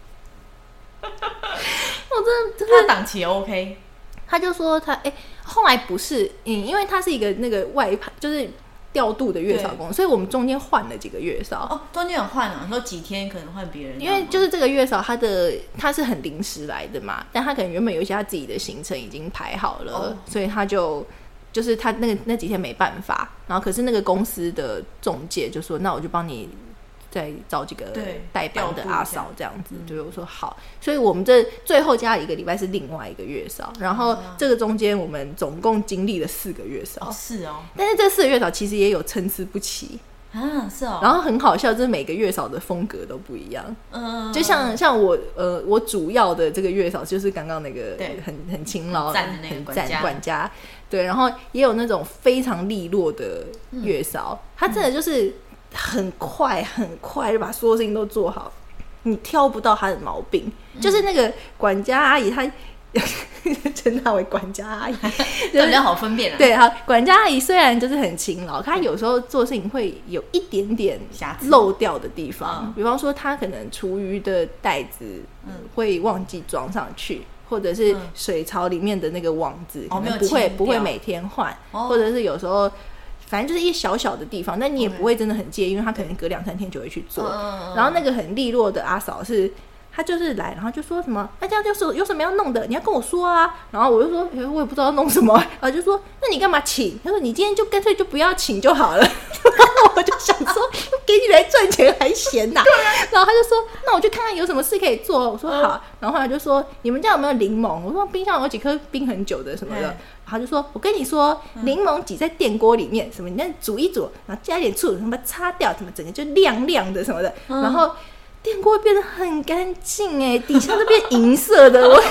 我真的
他档期 OK，
他就说他后来不是因为他是一个那个外派，就是调度的月嫂工，所以我们中间换了几个月嫂。
中间有换啊，说几天可能换别人。
因为就是这个月嫂，他是很临时来的嘛，但他可能原本有一些他自己的行程已经排好了，所以他就是他那几天没办法。然后可是那个公司的中介就说，那我就帮你再找几个代班的阿嫂这样子。对，我说好，所以我们这最后加了1个礼拜是另外一个月嫂，然后这个中间我们总共经历了4个月嫂。
是哦，
但是这4个月嫂其实也有参差不齐
啊，是哦。
然后很好笑，就是每个月嫂的风格都不一样。就像我主要的这个月嫂就是刚刚那个很勤劳、很赞管家，对，然后也有那种非常利落的月嫂，他真的就是很快就把所有事情都做好，你挑不到他的毛病。就是那个管家阿姨，她称她为管家阿姨，
这比较好分辨啊。
对，好，管家阿姨虽然就是很勤劳，她有时候做事情会有一点点漏掉的地方，比方说她可能厨余的袋子会忘记装上去，或者是水槽里面的那个网子可能不会每天换，或者是有时候反正就是一小小的地方，但你也不会真的很介意，因为他可能隔2-3天就会去做。然后那个很利落的阿嫂是，他就是来，然后就说什么，这样就是有什么要弄的，你要跟我说啊。然后我就说，我也不知道要弄什么，然后就说，那你干嘛请？他说你今天就干脆就不要请就好了。然后我就想说，给你来赚钱还嫌呐？然后他就说，那我去看看有什么事可以做。我说好。然后后来就说，你们家有没有柠檬？我说冰箱有几颗冰很久的什么的。他就说，我跟你说，柠檬挤在电锅里面，什么你那煮一煮，然后加一点醋，什么擦掉，什么整个就亮亮的什么的，然后电锅变得很干净底下都变银色的，我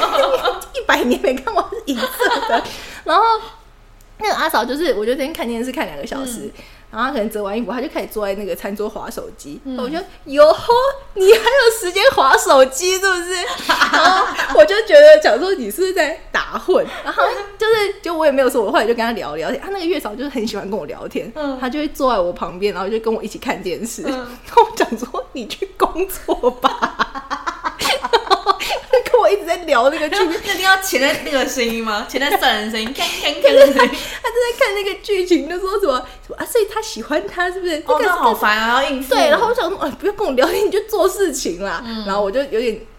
100年没看过是银色的。然后那个阿嫂就是，我就在那边看电视看2个小时。然后他可能折完衣服，他就开始坐在那个餐桌滑手机。我就哟吼，你还有时间滑手机是不是？然后我就觉得讲说你是不是在打混？然后就我也没有说，我后来就跟他聊天。他那个月嫂就是很喜欢跟我聊天，他就会坐在我旁边，然后就跟我一起看电视。然后我讲说你去工作吧。跟我一直在聊那个剧，
那听到潜在那个声音吗？潜在散人声音，看的声音。他正
在看那个剧情，就说什么啊，所以他喜欢他是不是？
那好烦啊，要应付。
对，然后我想说，不要跟我聊天，你就做事情啦。然后我就有点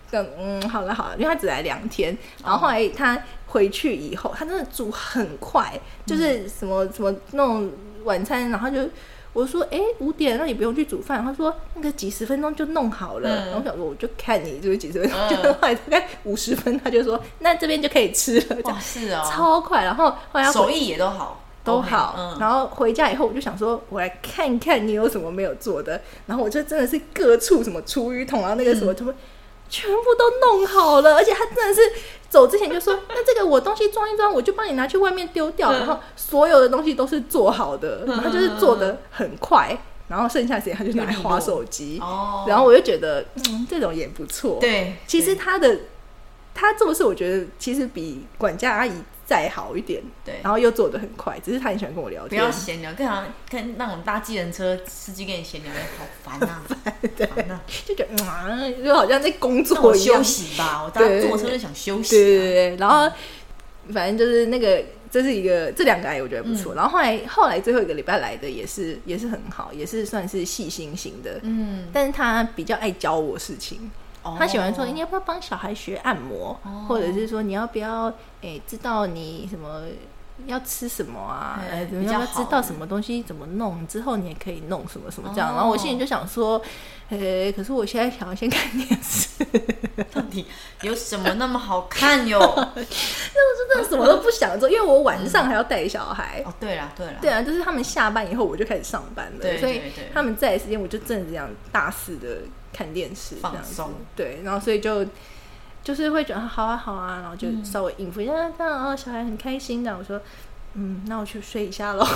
好了好了，因为他只来2天，然后后来他回去以后，他真的煮很快，就是什么那种晚餐，然后我说5点，那你不用去煮饭。他说那个几十分钟就弄好了。然后我想说，我就看你就是几十分钟，就后来大概50分，他就说那这边就可以吃了，这样
是哦，
超快。然后后来
手艺也都好。
都好，然后回家以后我就想说，我来看看你有什么没有做的，然后我就真的是各处什么厨余桶啊，那个什么全部都弄好了，而且他真的是走之前就说，那这个我东西装一装，我就帮你拿去外面丢掉，然后所有的东西都是做好的，然后他就是做的很快，然后剩下的时间他就拿来滑手机，然后我就觉得这种也不错。
对，
其实他做事我觉得其实比管家阿姨再好一点，对，然后又做得很快，只是他很喜欢跟我聊天，
不要闲聊，更好跟那种搭计程车司机跟你闲聊，好烦啊，烦啊，
就觉得就好像在工作一样，
休息吧，我搭坐车就想休息，
对，然后反正就是那个，这2个阿姨我觉得不错，然后后来最后1个礼拜来的也是很好，也是算是细心型的，但是他比较爱教我事情。他喜欢说你要不要帮小孩学按摩，或者是说你要不要知道你什么要吃什么啊，你要不要知道什么东西怎么弄，之后你也可以弄什么什么这样。然后我心里就想说可是我现在想要先看电视
到底有什么那么好看哟
那我真的什么都不想做，因为我晚上还要带小孩。
对啊，
就是他们下班以后我就开始上班了，所以他们在的时间我就真的这样大肆的看电视这样子，对，然后所以就是会觉得好啊，然后就稍微应付一下，这样小孩很开心的。我说那我去睡一下咯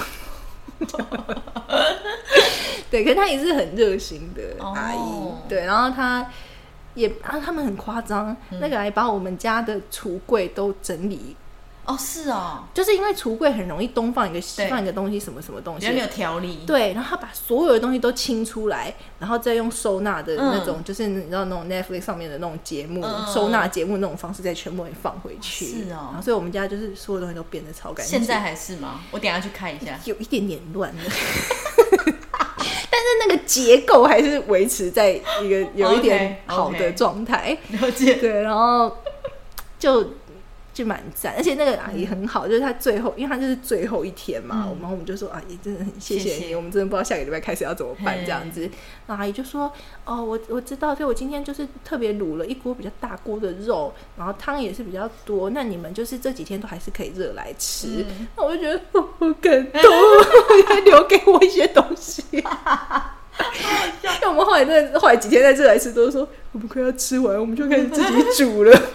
对，可是他也是很热心的阿姨，对，然后他们很夸张，那个还把我们家的橱柜都整理。
是哦，
就是因为橱柜很容易东放一个西放一个东西，什么什么东西，
没有条理。对，
然后他把所有的东西都清出来，然后再用收纳的那种，就是你知道那种 Netflix 上面的那种节目，收纳节目那种方式，再全部放回去。
是哦，
然后所以我们家就是所有东西都变得超干净。
现在还是吗？我等一下去看一下，
有一点点乱了。但是那个结构还是维持在一个有一点好的状态。
了解。
对，然后就蛮赞，而且那个阿姨很好，就是她最后，因为她就是最后一天嘛，然后我们就说阿姨真的很谢谢你，我们真的不知道下个礼拜开始要怎么办这样子。然后阿姨就说我知道，所以我今天就是特别卤了一锅比较大锅的肉，然后汤也是比较多，那你们就是这几天都还是可以热来吃。那我就觉得好感动，要留给我一些东西。因为我们后来几天在热来吃，都说我们快要吃完，我们就开始自己煮了。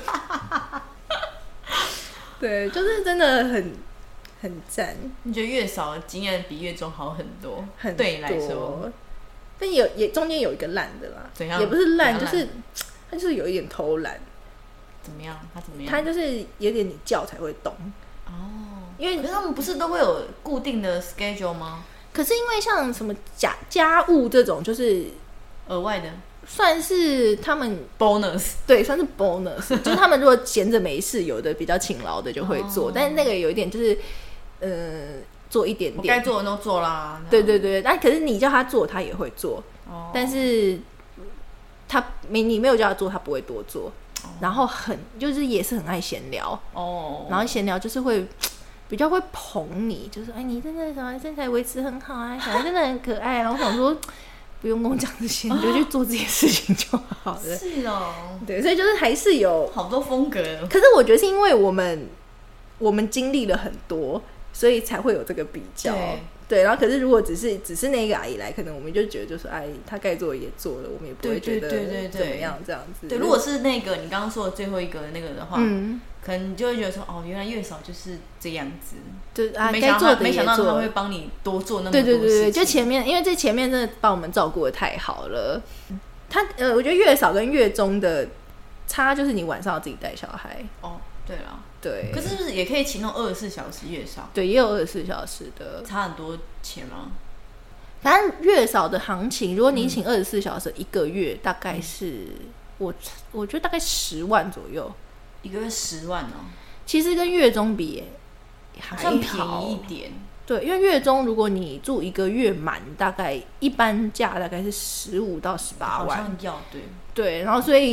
对，就是真的很赞。
你觉得月嫂的经验比月中好很多？对你来说，
但也中间有一个烂的啦。
怎样？
也不是烂，就是他就是有一点偷懒。
怎么样？他怎么样？
他就是有点你叫才会动。因为
可是他们不是都会有固定的 schedule 吗？
可是因为像什么家务这种，就是
额外的。
算是他们
bonus，
对，算是 bonus 就是他们如果闲着没事，有的比较勤劳的就会做，但是那个有一点就是做一点点，
我该做的都做啦。
对，但可是你叫他做他也会做，但是你没有叫他做他不会多做，然后就是也是很爱闲聊然后闲聊就是会比较会捧你，就是你真的小孩身材维持很好啊，小孩真的很可爱啊。我想说不用跟我讲这些，你就去做这些事情就好了。
是哦，
对，所以就是还是有
好多风格。
可是我觉得是因为我们经历了很多，所以才会有这个比较。对，然后可是如果只是那个阿姨来，可能我们就觉得就是她该做的也做了，我们也不会觉得怎么样这样子。
对，如果是那个你刚刚说的最后一个那个的话，可能你就会觉得说原来月嫂就是这样子，
就该做的也做，
没想到他会帮你多做那么多事情。
对，就前面因为这前面真的把我们照顾的太好了。我觉得月嫂跟月中的差就是你晚上要自己带小孩。
对了。
对，
可是不是也可以请那种24小时月嫂？
对，也有24小时的，
差很多钱吗？
反正月嫂的行情，如果你请24小时，一个月大概是我觉得大概10万左右，
一个月10万哦。
其实跟月中比
好像便宜一点。
对，因为月中如果你住一个月满，大概一般价大概是15到18万，
好像要对，
然后所以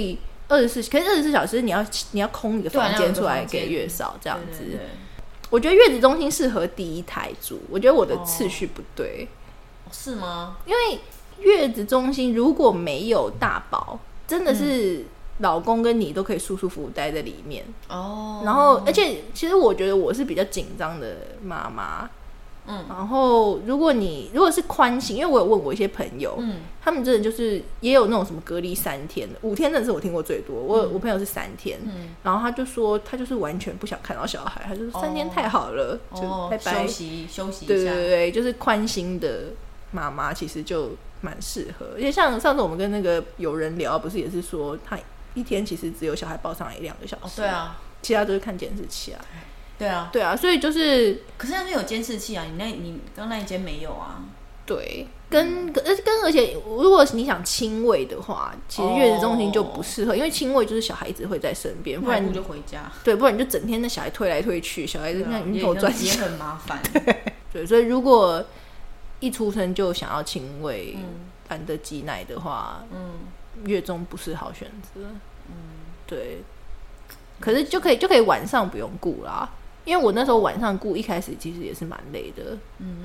24，可是24小时你要空一个房间出来给月嫂这样子。
对，
我觉得月子中心适合第一胎住，我觉得我的次序不对。
是吗？
因为月子中心如果没有大宝，真的是老公跟你都可以舒舒服服待在里面。然后而且其实我觉得我是比较紧张的妈妈。然后如果是宽心，因为我有问我一些朋友，他们真的就是也有那种什么隔离3天的，5天真的是我听过最多。我朋友是3天，然后他就说他就是完全不想看到小孩，他就说3天太好了，就拜拜，
休息一下。
对，就是宽心的妈妈其实就蛮适合。而且像上次我们跟那个有人聊，不是也是说他一天其实只有小孩抱上来1-2个小时，
对啊，其
他都是看监视器啊。
对啊，
所以就是，
可是那边有监视器啊，你刚那一间没有啊。
对，而且如果你想亲喂的话，其实月子中心就不适合，因为亲喂就是小孩子会在身边，不然
你就回家。
对，不然你就整天那小孩推来推去，小孩子那晕头转向
也很麻烦。
对，所以如果一出生就想要亲喂，懒得挤奶的话，月中不是好选择。对，可是就可以晚上不用顾啦。因为我那时候晚上顾，一开始其实也是蛮累的。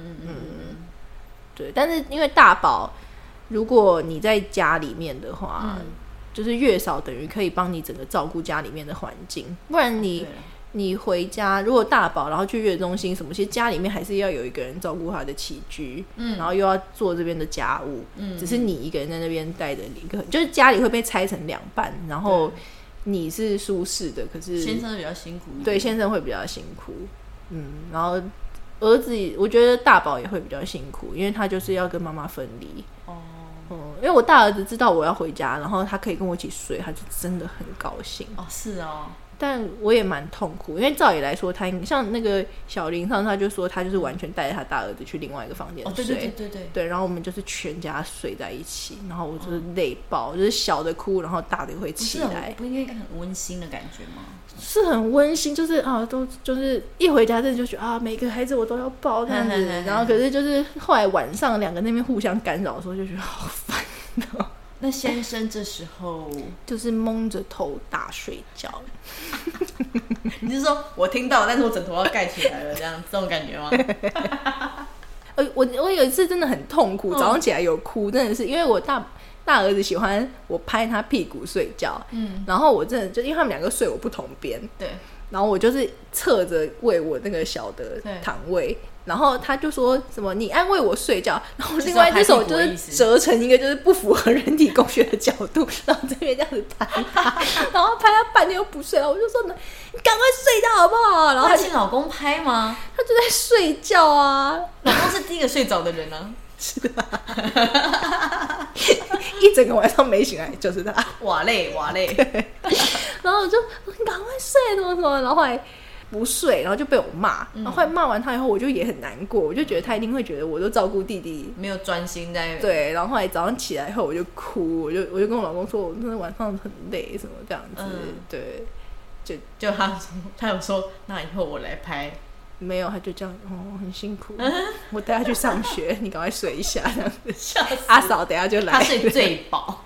对，但是因为大宝，如果你在家里面的话，就是月嫂等于可以帮你整个照顾家里面的环境，不然你回家如果大宝，然后去月子中心什么，其实家里面还是要有一个人照顾他的起居，然后又要做这边的家务，只是你一个人在那边带着一个，就是家里会被拆成2半，然后你是舒适的，可是
先生比较辛苦一点。
对，先生会比较辛苦。然后儿子我觉得大宝也会比较辛苦，因为他就是要跟妈妈分离。因为我大儿子知道我要回家，然后他可以跟我一起睡，他就真的很高兴。
是哦。
但我也蛮痛苦，因为照理来说，他像那个小林上，他就说他就是完全带着他大儿子去另外一个房间睡。对，然后我们就是全家睡在一起，然后我就是累爆，就是小的哭，然后大的会起来。
不应该很温馨的感觉吗？
是很温馨，就是都就是一回家真的就觉得每个孩子我都要抱这样子，然后可是就是后来晚上2个那边互相干扰的时候，就觉得好烦哦。
那先生这时候
就是蒙着头大睡觉。
你是说我听到，但是我枕头要盖起来了，这种感觉吗？
我有一次真的很痛苦，早上起来有哭，真的是因为我大儿子喜欢我拍他屁股睡觉，然后我真的就因为他们2个睡我不同边，
对，
然后我就是侧着喂我那个小的躺位。然后他就说什么你安慰我睡觉，然后另外一只手就是折成一个就是不符合人体工学的角度，然后这边这样子拍他，然后拍他半天又不睡了，我就说你赶快睡觉好不好？然后
他请老公拍吗？
他就在睡觉啊，
老公是第一个睡着的人啊。
是啊，一整个晚上没醒来就是他，
哇累。
然后我就你赶快睡什么什么，然后后来不睡，然后就被我骂，然后后来骂完他以后，我就也很难过，我就觉得他一定会觉得我都照顾弟弟，
没有专心在。
对，然后后来早上起来以后，我就哭，我就跟我老公说，我真的晚上很累，什么这样子，对，
就他有说，那以后我来拍，
没有，他就这样，很辛苦，我带他去上学，你赶快睡一下，这样子，阿嫂等下就来，
他睡最饱。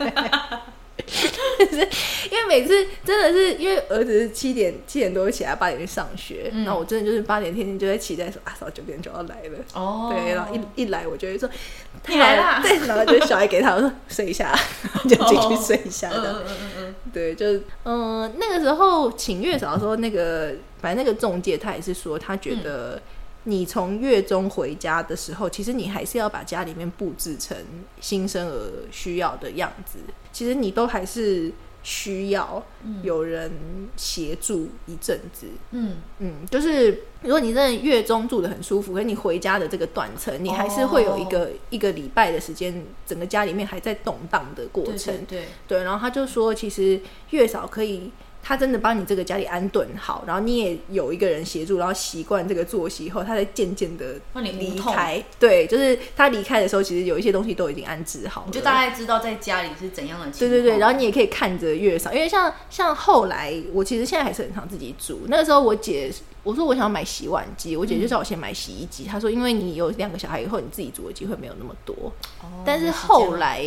因为每次真的是因为儿子是7点多起来，8点去上学，然后我真的就是8点天天就在期待说阿嫂9点就要来了，对，然后一来我就会说
你来啦，
对，然后就小孩给他我说睡一下，就进去睡一下的，对，就是那个时候请月嫂的时候，反正那个中介他也是说他觉得。你从月中回家的时候，其实你还是要把家里面布置成新生儿需要的样子。其实你都还是需要有人协助一阵子。就是如果你真的月中住得很舒服，可是你回家的这个断层，你还是会有一个礼拜的时间，整个家里面还在动荡的过程。对，然后他就说，其实月嫂可以。他真的帮你这个家里安顿好，然后你也有一个人协助，然后习惯这个作息以后，他才渐渐的离开。对，就是他离开的时候，其实有一些东西都已经安置好了，
你就大概知道在家里是怎样的情况。
对，然后你也可以看着月嫂，因为像后来，我其实现在还是很常自己煮。那个时候我说我想要买洗碗机，我姐就叫我先买洗衣机。她说因为你有2个小孩以后，你自己煮的机会没有那么多。但是后来。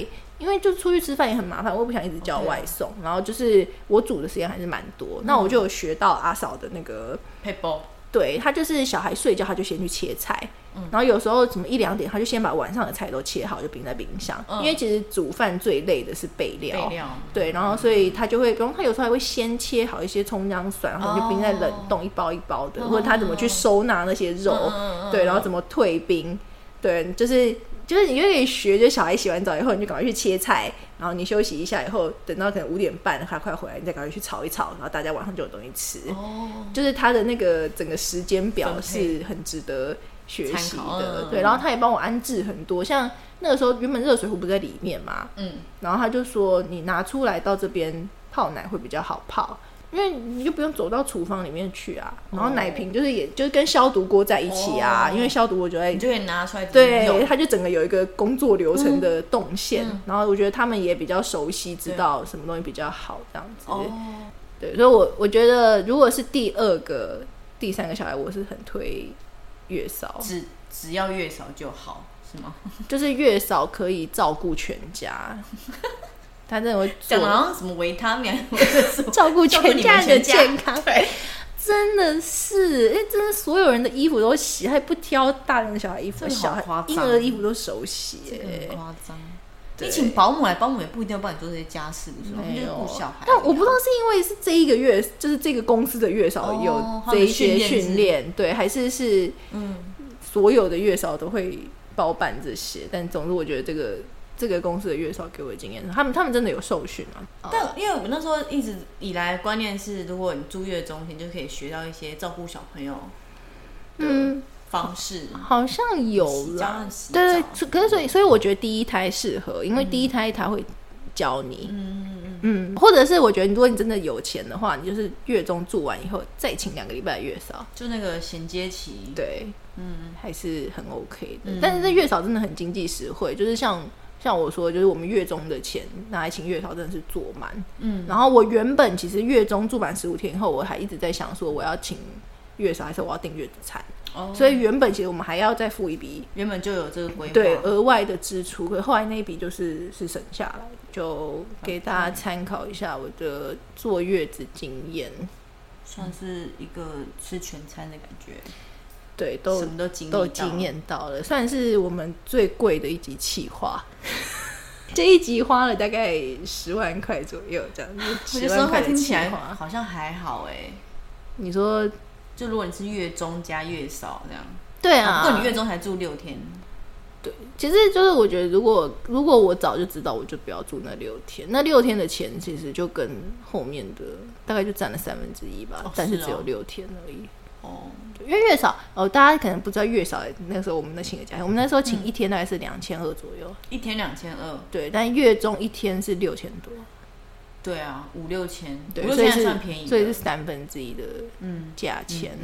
因为就出去吃饭也很麻烦，我也不想一直叫外送，然后就是我煮的时间还是蛮多，那我就有学到阿嫂的那个
配包，
对，他就是小孩睡觉他就先去切菜，然后有时候什么1-2点他就先把晚上的菜都切好就冰在冰箱，因为其实煮饭最累的是备料，对，然后所以他就会，比如他有时候还会先切好一些葱姜蒜，然后就冰在冷冻一包一包的，或者他怎么去收纳那些肉，对，然后怎么退冰，对，就是你就可以学，就是小孩洗完澡以后，你就赶快去切菜，然后你休息一下以后，等到可能5点半他快回来，你再赶快去炒一炒，然后大家晚上就有东西吃。就是他的那个整个时间表是很值得学习的，对。然后他也帮我安置很多，像那个时候原本热水壶不在里面嘛，然后他就说你拿出来到这边泡奶会比较好泡。因为你就不用走到厨房里面去啊，然后奶瓶就是也就是跟消毒锅在一起啊，因为消毒锅就在
你就可以拿出来
对，它就整个有一个工作流程的动线，然后我觉得他们也比较熟悉，知道什么东西比较好这样子。对，所以我觉得如果是第2个、第3个小孩，我是很推月嫂，
只要月嫂就好，是吗？
就是月嫂可以照顾全家。他真的会
讲的好像什么维他命，
照顾全家人的健康，对，真的是，真的所有人的衣服都洗，还不挑大人的小孩衣服，小孩婴儿的衣服都手洗，
这个很夸张。你请保姆来，保姆也不一定要帮你做这些家事，不是吗？
没有
顾小孩。
但我不知道是因为是这一个月，就是这个公司的月嫂有这一些训练，对，还是所有的月嫂都会包办这些。但总之，我觉得这个公司的月嫂给我的经验，他们真的有受训啊。
但因为我那时候一直以来观念是，如果你住月中心，就可以学到一些照顾小朋友的方式，
好像有啦。对，可是所以我觉得第一胎适合，因为第一胎他会教你，或者是我觉得如果你真的有钱的话，你就是月中住完以后再请2个礼拜的月嫂，
就那个衔接期，
对，还是很 OK 的。但是这月嫂真的很经济实惠，就是像我说，就是我们月中的钱拿来请月嫂真的是做满。然后我原本其实月中住满15天以后，我还一直在想说我要请月嫂还是我要订月子餐。所以原本其实我们还要再付一笔，
原本就有这个规划，
对，额外的支出。可是后来那一笔是省下来的，就给大家参考一下我的坐月子经验，
算是一个吃全餐的感觉。
对，
什么都
经验到了，算是我们最贵的一集企划。这一集花了大概10万块左右，这样子。10万块的企划
好像还好哎。
你说，
就如果你是月中加月嫂这样，
对啊，
不过你月中才住6天。
对，其实就是我觉得，如果我早就知道，我就不要住那6天。那6天的钱其实就跟后面的大概就占了1/3吧，但是只有6天而已。因为月嫂大家可能不知道月嫂那个时候我们那请的价钱，我们那时候请1天大概是2200左右
，1天2200，
对，但月中1天是6000多，
对啊，5-6千，
对，
5-6千算便宜的，
所以是1/3的价钱，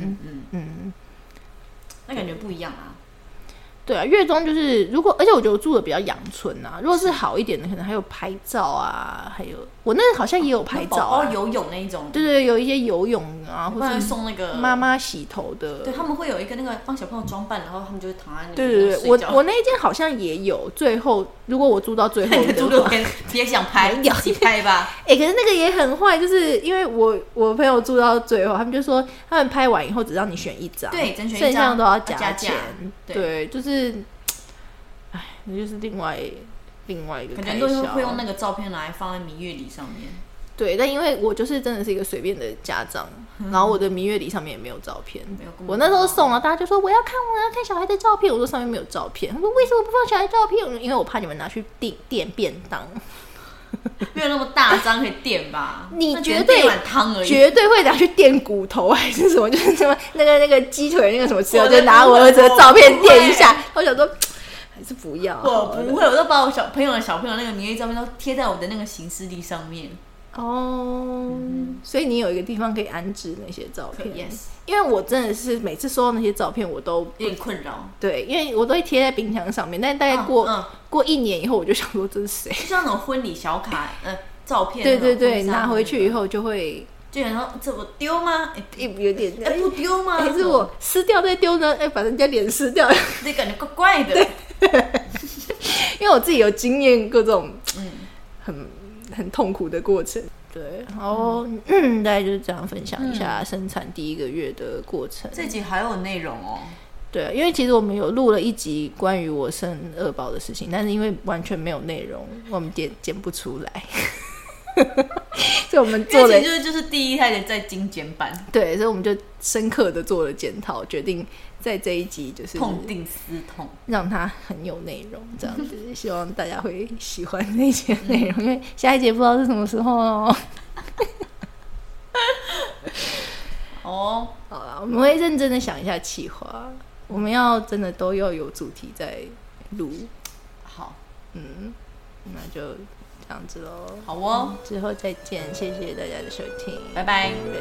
那感觉不一样啊。
对啊，月中就是而且我觉得我住的比较阳春啊，如果是好一点的，可能还有拍照啊，还有我那好像也有拍照啊，
宝宝游泳那一种，
对，有一些游泳啊，或者
送那个
妈妈洗头的，
对，他们会有一个那个帮小朋友装扮，然后他们就会躺在那里，
对，我那一间好像也有，最后如果我住到最后的
住6天，别想拍，自己拍吧。
可是那个也很坏，就是因为我朋友住到最后，他们就说他们拍完以后只让你选1张，
对，只选1张，
剩下都要加钱，
对，
就是，那就是另外一个开销，
很多人会用那个照片来放在蜜月礼上面。
对，但因为我就是真的是一个随便的家长，然后我的蜜月礼上面也没有照片。我那时候送了，大家就说我要看小孩的照片，我说上面没有照片。他说为什么不放小孩照片？因为我怕你们拿去垫便当。
没有那么大张可以垫吧？
你绝对
碗汤而已，
绝对会拿去垫骨头还是什么？就是什么那个鸡腿那个什么吃的，就拿我儿子的照片垫一下。我想说。还是不要，
我不会，我都把我小朋友那个蜜月照片都贴在我的那个行事历上面。
所以你有一个地方可以安置那些照片。
Yes，
因为我真的是每次收到那些照片，我都
有点困扰。
对，因为我都会贴在冰箱上面，但大概过1年以后，我就想说这是谁？
就像那种婚礼小卡照片，
对，拿回去以后就会。
就想说这我丢吗？
有点
不丢吗？
还是我撕掉再丢呢？把人家脸撕掉，
那感觉怪怪的。
因为我自己有经验各种很痛苦的过程。对，然后大概就是这样分享一下生产第1个月的过程。
这集还有内容哦。
对，因为其实我们有录了一集关于我生2宝的事情，但是因为完全没有内容，我们剪不出来。所以我们做了，
就是第1胎的在精简版。
对，所以我们就深刻的做了检讨，决定在这一集就是
痛定思痛，
让它很有内容，这样子。希望大家会喜欢那些内容，因为下一节不知道是什么时候哦。
哦，
好啦，我们会认真的想一下企划，我们要真的都要有主题在录。
好，
那就这样子咯。
好哦，
之后再见，谢谢大家的收听，
拜拜。
拜拜。